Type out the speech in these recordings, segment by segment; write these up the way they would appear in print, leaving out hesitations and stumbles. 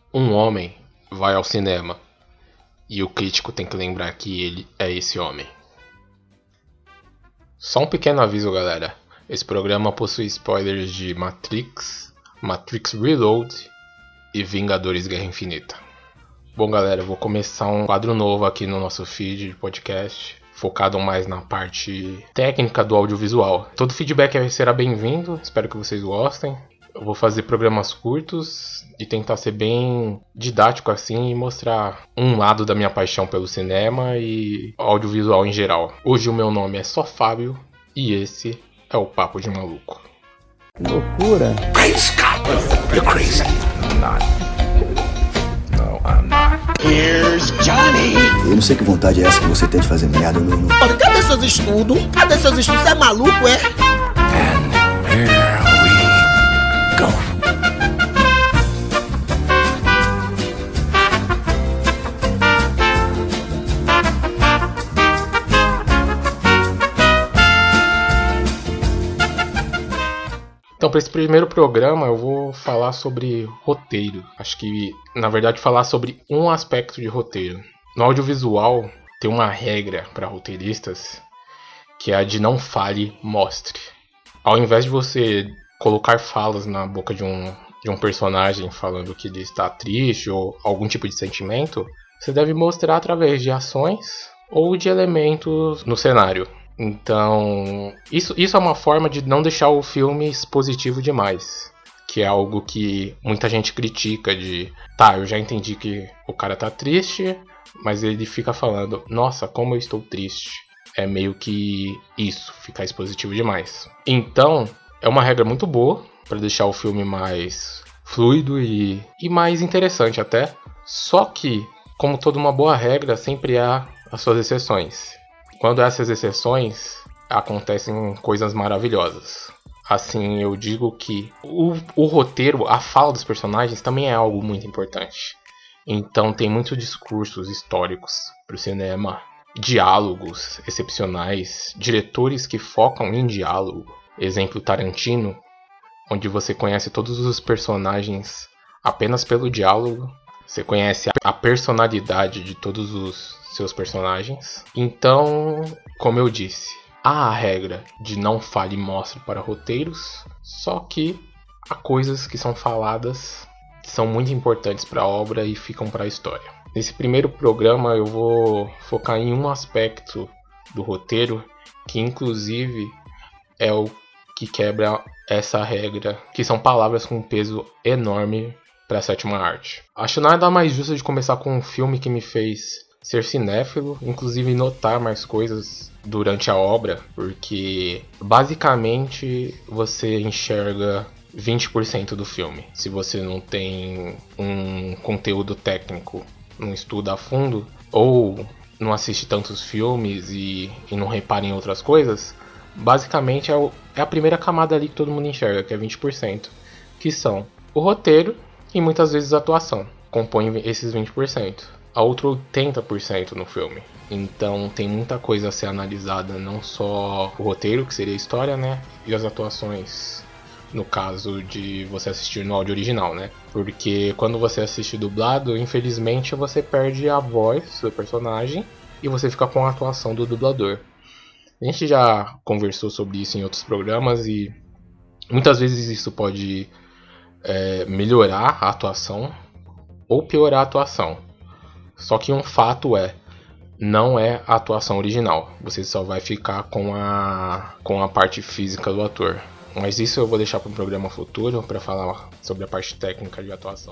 Um homem vai ao cinema e o crítico tem que lembrar que ele é esse homem. Só um pequeno aviso, galera. Esse programa possui spoilers de Matrix, Matrix Reload e Vingadores Guerra Infinita. Bom, galera, eu vou começar um quadro novo aqui no nosso feed de podcast, focado mais na parte técnica do audiovisual. Todo feedback será bem-vindo, espero que vocês gostem. Eu vou fazer programas curtos e tentar ser bem didático assim e mostrar um lado da minha paixão pelo cinema e audiovisual em geral. Hoje o meu nome é só Fábio e esse é o Papo de Maluco. Loucura! Great Scott! You're crazy. I'm not. No, I'm not. Here's Johnny! Eu não sei que vontade é essa que você tem de fazer merda, não. Olha, cadê seus estudos? Cadê seus estudos? Você é maluco, é? And here we go. Então, para esse primeiro programa, eu vou falar sobre roteiro. Acho que, na verdade, falar sobre um aspecto de roteiro. No audiovisual, tem uma regra para roteiristas, que é a de não fale, mostre. Ao invés de você colocar falas na boca de um personagem falando que ele está triste ou algum tipo de sentimento, você deve mostrar através de ações ou de elementos no cenário. Então, isso é uma forma de não deixar o filme expositivo demais. Que é algo que muita gente critica de... Tá, eu já entendi que o cara tá triste, mas ele fica falando... Nossa, como eu estou triste. É meio que isso, ficar expositivo demais. Então, é uma regra muito boa para deixar o filme mais fluido e mais interessante até. Só que, como toda uma boa regra, sempre há as suas exceções. Quando essas exceções, acontecem coisas maravilhosas. Assim, eu digo que o roteiro, a fala dos personagens também é algo muito importante. Então tem muitos discursos históricos para o cinema, diálogos excepcionais, diretores que focam em diálogo. Exemplo Tarantino, onde você conhece todos os personagens apenas pelo diálogo. Você conhece a personalidade de todos os seus personagens. Então, como eu disse, há a regra de não fale e mostre para roteiros, só que há coisas que são faladas que são muito importantes para a obra e ficam para a história. Nesse primeiro programa eu vou focar em um aspecto do roteiro que inclusive é o que quebra essa regra, que são palavras com um peso enorme para a sétima arte. Acho nada mais justo de começar com um filme que me fez ser cinéfilo, inclusive notar mais coisas durante a obra, porque basicamente você enxerga 20% do filme. Se você não tem um conteúdo técnico, não estuda a fundo, ou não assiste tantos filmes e não repara em outras coisas, basicamente é a primeira camada ali que todo mundo enxerga, que é 20%, que são o roteiro e muitas vezes a atuação, compõem esses 20%. A outra 80% no filme. Então tem muita coisa a ser analisada, não só o roteiro, que seria a história, né? E as atuações, no caso de você assistir no áudio original, né? Porque quando você assiste dublado, infelizmente você perde a voz do personagem e você fica com a atuação do dublador. A gente já conversou sobre isso em outros programas e muitas vezes isso pode melhorar a atuação ou piorar a atuação. Só que um fato não é a atuação original. Você só vai ficar com a parte física do ator. Mas isso eu vou deixar para um programa futuro para falar sobre a parte técnica de atuação.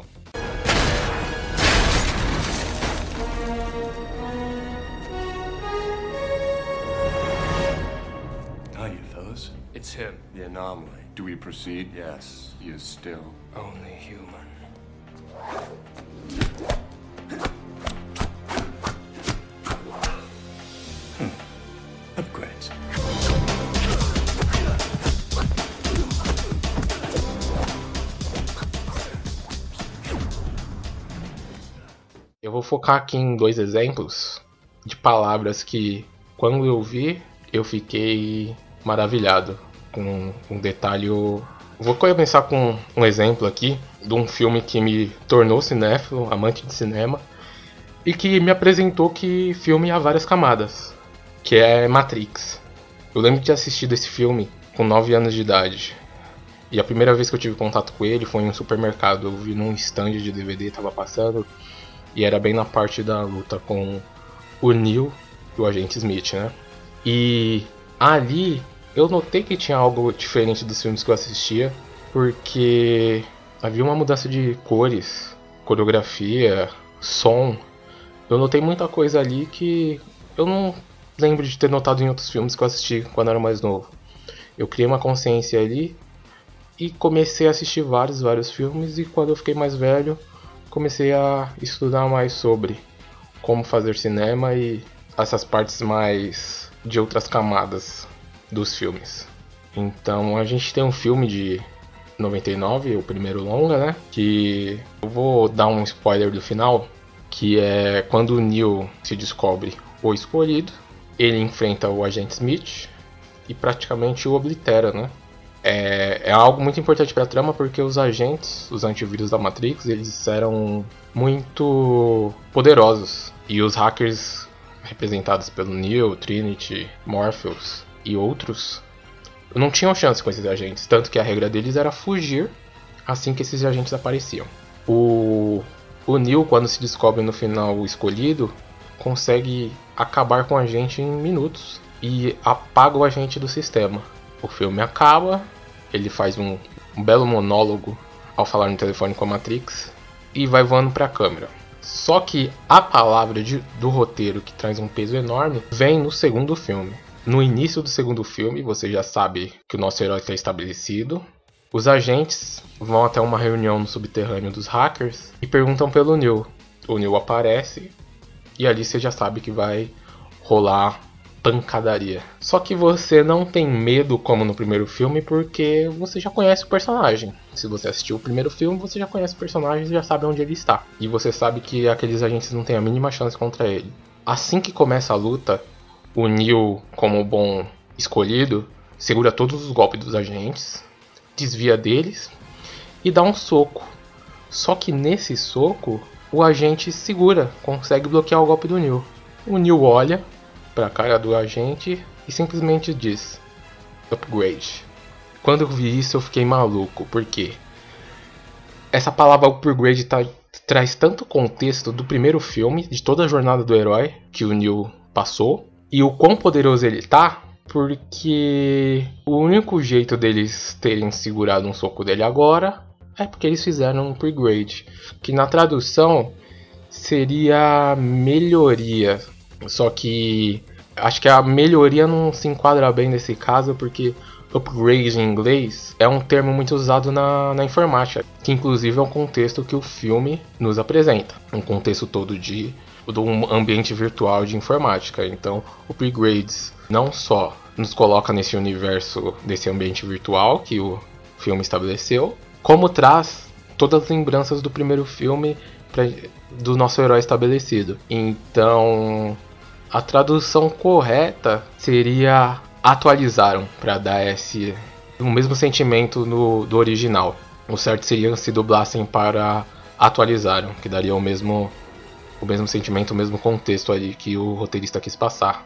How you fellas? It's him. The anomaly. Do we proceed? Yes. He is still Only human. upgrades. Eu vou focar aqui em 2 exemplos de palavras que, quando eu vi, eu fiquei maravilhado com um detalhe Vou começar com um exemplo aqui de um filme que me tornou cinéfilo, amante de cinema, e que me apresentou que filme há várias camadas, que é Matrix. Eu lembro de ter assistido esse filme com 9 anos de idade. E a primeira vez que eu tive contato com ele foi em um supermercado. Eu vi num stand de DVD, tava passando, e era bem na parte da luta com o Neo e o agente Smith, né? E ali eu notei que tinha algo diferente dos filmes que eu assistia, porque havia uma mudança de cores, coreografia, som. Eu notei muita coisa ali que eu não lembro de ter notado em outros filmes que eu assisti quando eu era mais novo. Eu criei uma consciência ali e comecei a assistir vários filmes, e quando eu fiquei mais velho, comecei a estudar mais sobre como fazer cinema e essas partes mais de outras camadas dos filmes. Então a gente tem um filme de 99, o primeiro longa, né? Que eu vou dar um spoiler do final, que é quando o Neo se descobre o escolhido, ele enfrenta o agente Smith e praticamente o oblitera, né? É algo muito importante para a trama, porque os agentes, os antivírus da Matrix, eles eram muito poderosos. E os hackers representados pelo Neo, Trinity, Morpheus e outros não tinham chance com esses agentes. Tanto que a regra deles era fugir assim que esses agentes apareciam. O Neo, quando se descobre no final o escolhido, consegue acabar com o agente em minutos e apaga o agente do sistema. O filme acaba, ele faz um belo monólogo ao falar no telefone com a Matrix e vai voando para a câmera. Só que a palavra do roteiro, que traz um peso enorme, vem no segundo filme. No início do segundo filme, você já sabe que o nosso herói está estabelecido. Os agentes vão até uma reunião no subterrâneo dos hackers e perguntam pelo Neo. O Neo aparece e ali você já sabe que vai rolar pancadaria. Só que você não tem medo como no primeiro filme, porque você já conhece o personagem. Se você assistiu o primeiro filme, você já conhece o personagem e já sabe onde ele está. E você sabe que aqueles agentes não têm a mínima chance contra ele. Assim que começa a luta, o Neo, como bom escolhido, segura todos os golpes dos agentes, desvia deles e dá um soco. Só que nesse soco, o agente segura, consegue bloquear o golpe do Neo. O Neo olha pra cara do agente e simplesmente diz: upgrade. Quando eu vi isso, eu fiquei maluco, porque essa palavra upgrade traz tanto contexto do primeiro filme, de toda a jornada do herói que o Neo passou, e o quão poderoso ele tá, porque o único jeito deles terem segurado um soco dele agora é porque eles fizeram um upgrade, que na tradução seria melhoria. Só que acho que a melhoria não se enquadra bem nesse caso, porque upgrade em inglês é um termo muito usado na informática, que inclusive é um contexto que o filme nos apresenta, um contexto todo de um ambiente virtual de informática. Então, upgrades não só nos coloca nesse universo, desse ambiente virtual que o filme estabeleceu, como traz todas as lembranças do primeiro filme do nosso herói estabelecido. Então, a tradução correta seria atualizaram, para dar o mesmo sentimento do original. O certo seria se dublassem para atualizaram, que daria o mesmo sentimento, o mesmo contexto ali que o roteirista quis passar.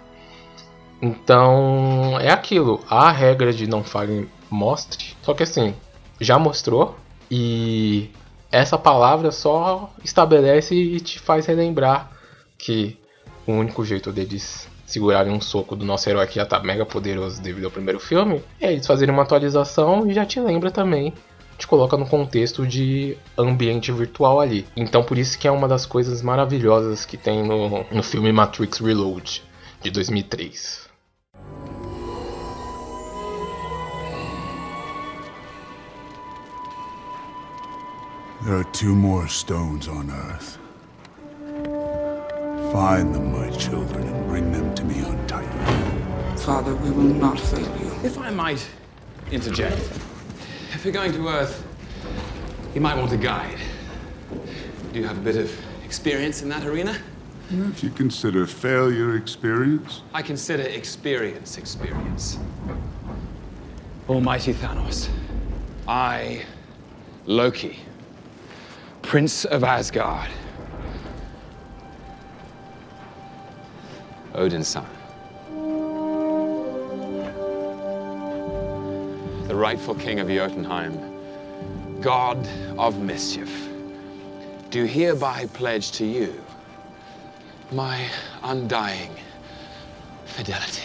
Então é aquilo, a regra de não fale, mostre, só que assim, já mostrou, e essa palavra só estabelece e te faz relembrar que o único jeito deles segurarem um soco do nosso herói que já tá mega poderoso devido ao primeiro filme é eles fazerem uma atualização, e já te lembra também, te coloca no contexto de ambiente virtual ali. Então por isso que é uma das coisas maravilhosas que tem no filme Matrix Reload de 2003. There are 2 more stones on Earth. Find them, my children, and bring them to me on Titan. Father, we will not fail you. If I might interject, if you're going to Earth, you might want a guide. Do you have a bit of experience in that arena? If you consider failure experience. I consider experience. Almighty Thanos, I, Loki, Prince of Asgard, Odin's son, the rightful king of Jotunheim, god of mischief, do hereby pledge to you my undying fidelity.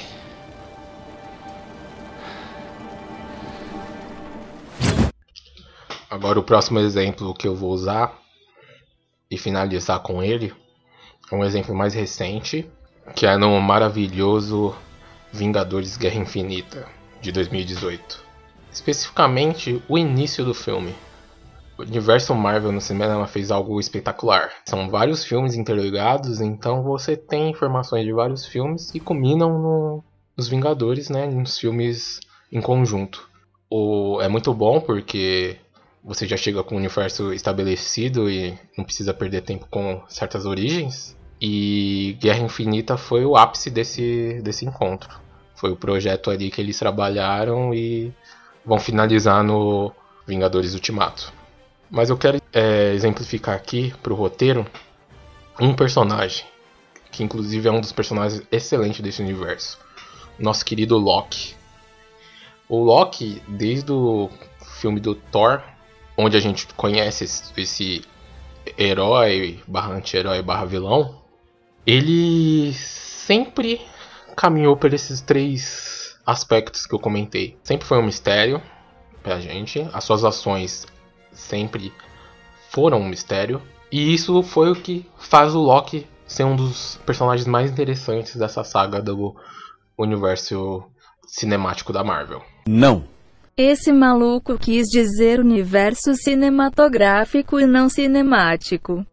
Agora o próximo exemplo que eu vou usar e finalizar com ele é um exemplo mais recente, que é no maravilhoso Vingadores Guerra Infinita, de 2018. Especificamente, o início do filme. O universo Marvel no cinema fez algo espetacular. São vários filmes interligados, então você tem informações de vários filmes que culminam nos Vingadores, né, nos filmes em conjunto. É muito bom porque você já chega com o universo estabelecido e não precisa perder tempo com certas origens. E Guerra Infinita foi o ápice desse encontro. Foi o projeto ali que eles trabalharam e vão finalizar no Vingadores Ultimato. Mas eu quero exemplificar aqui para o roteiro um personagem, que inclusive é um dos personagens excelentes desse universo. Nosso querido Loki. O Loki, desde o filme do Thor, onde a gente conhece esse herói, /anti-herói, /vilão, ele sempre caminhou por esses três aspectos que eu comentei. Sempre foi um mistério pra gente, as suas ações sempre foram um mistério, e isso foi o que faz o Loki ser um dos personagens mais interessantes dessa saga do universo cinemático da Marvel. Não. Esse maluco quis dizer universo cinematográfico e não cinemático.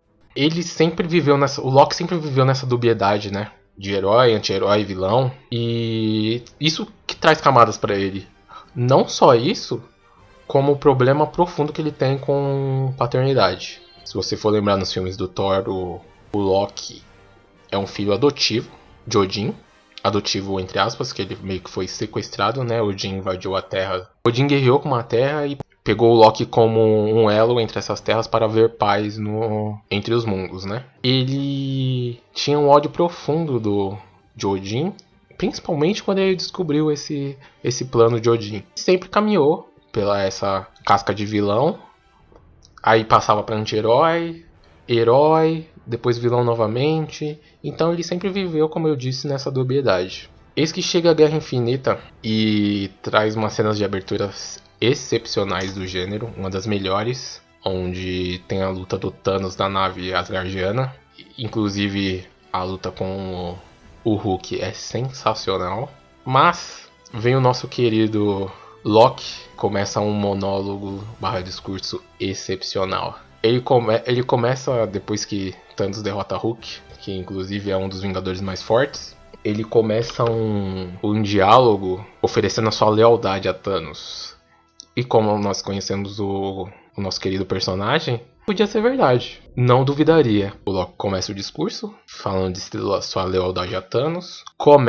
O Loki sempre viveu nessa dubiedade, né? De herói, anti-herói, vilão. E isso que traz camadas pra ele. Não só isso, como o problema profundo que ele tem com paternidade. Se você for lembrar nos filmes do Thor, o Loki é um filho adotivo de Odin. Adotivo entre aspas, que ele meio que foi sequestrado, né? Odin invadiu a Terra. Odin guerreou com uma terra e pegou o Loki como um elo entre essas terras para ver paz entre os mundos, né? Ele tinha um ódio profundo de Odin, principalmente quando ele descobriu esse plano de Odin. Sempre caminhou pela essa casca de vilão, aí passava para anti-herói, herói, depois vilão novamente. Então ele sempre viveu, como eu disse, nessa dubiedade. Eis que chega a Guerra Infinita e traz umas cenas de aberturas excepcionais do gênero, uma das melhores, onde tem a luta do Thanos da nave asgardiana. Inclusive a luta com o Hulk é sensacional. Mas vem o nosso querido Loki, começa um monólogo /discurso excepcional. Ele começa, depois que Thanos derrota Hulk, que inclusive é um dos Vingadores mais fortes, ele começa um diálogo oferecendo a sua lealdade a Thanos. E como nós conhecemos o nosso querido personagem, podia ser verdade. Não duvidaria. O Loki começa o discurso, falando de sua lealdade a Thanos.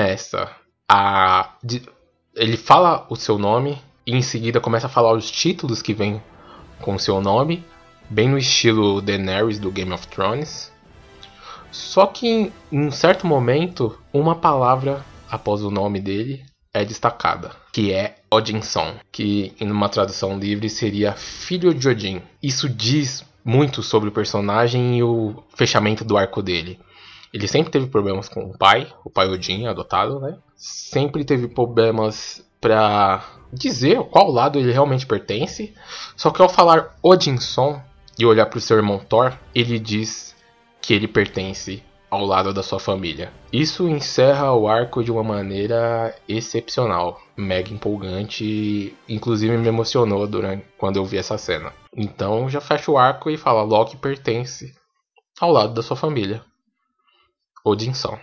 Ele fala o seu nome e em seguida começa a falar os títulos que vêm com o seu nome, bem no estilo Daenerys do Game of Thrones. Só que em um certo momento, uma palavra após o nome dele é destacada, que é Odinson, que em uma tradução livre seria filho de Odin. Isso diz muito sobre o personagem e o fechamento do arco dele. Ele sempre teve problemas com o pai Odin, adotado, né? Sempre teve problemas pra dizer qual lado ele realmente pertence. Só que ao falar Odinson e olhar pro seu irmão Thor, ele diz que ele pertence ao lado da sua família. Isso encerra o arco de uma maneira excepcional, mega empolgante, inclusive me emocionou quando eu vi essa cena. Então já fecha o arco e fala: Loki pertence ao lado da sua família. Odinson.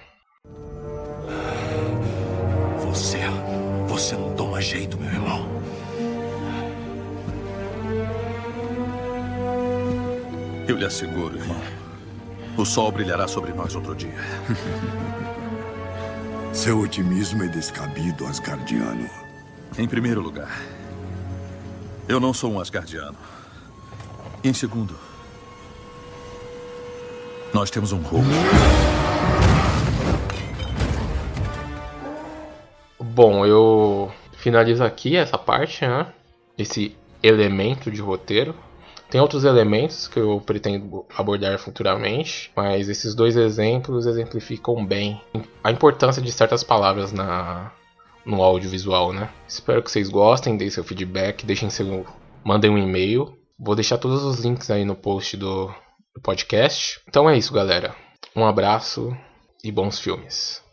Você não toma jeito, meu irmão. Eu lhe asseguro, irmão. O sol brilhará sobre nós outro dia. Seu otimismo é descabido, asgardiano. Em primeiro lugar, Eu não sou um asgardiano. Em segundo, nós temos um roubo. Bom, eu finalizo aqui essa parte, né? Esse elemento de roteiro. Tem outros elementos que eu pretendo abordar futuramente, mas esses dois exemplos exemplificam bem a importância de certas palavras no audiovisual, né? Espero que vocês gostem, deem seu feedback, mandem um e-mail. Vou deixar todos os links aí no post do podcast. Então é isso, galera. Um abraço e bons filmes.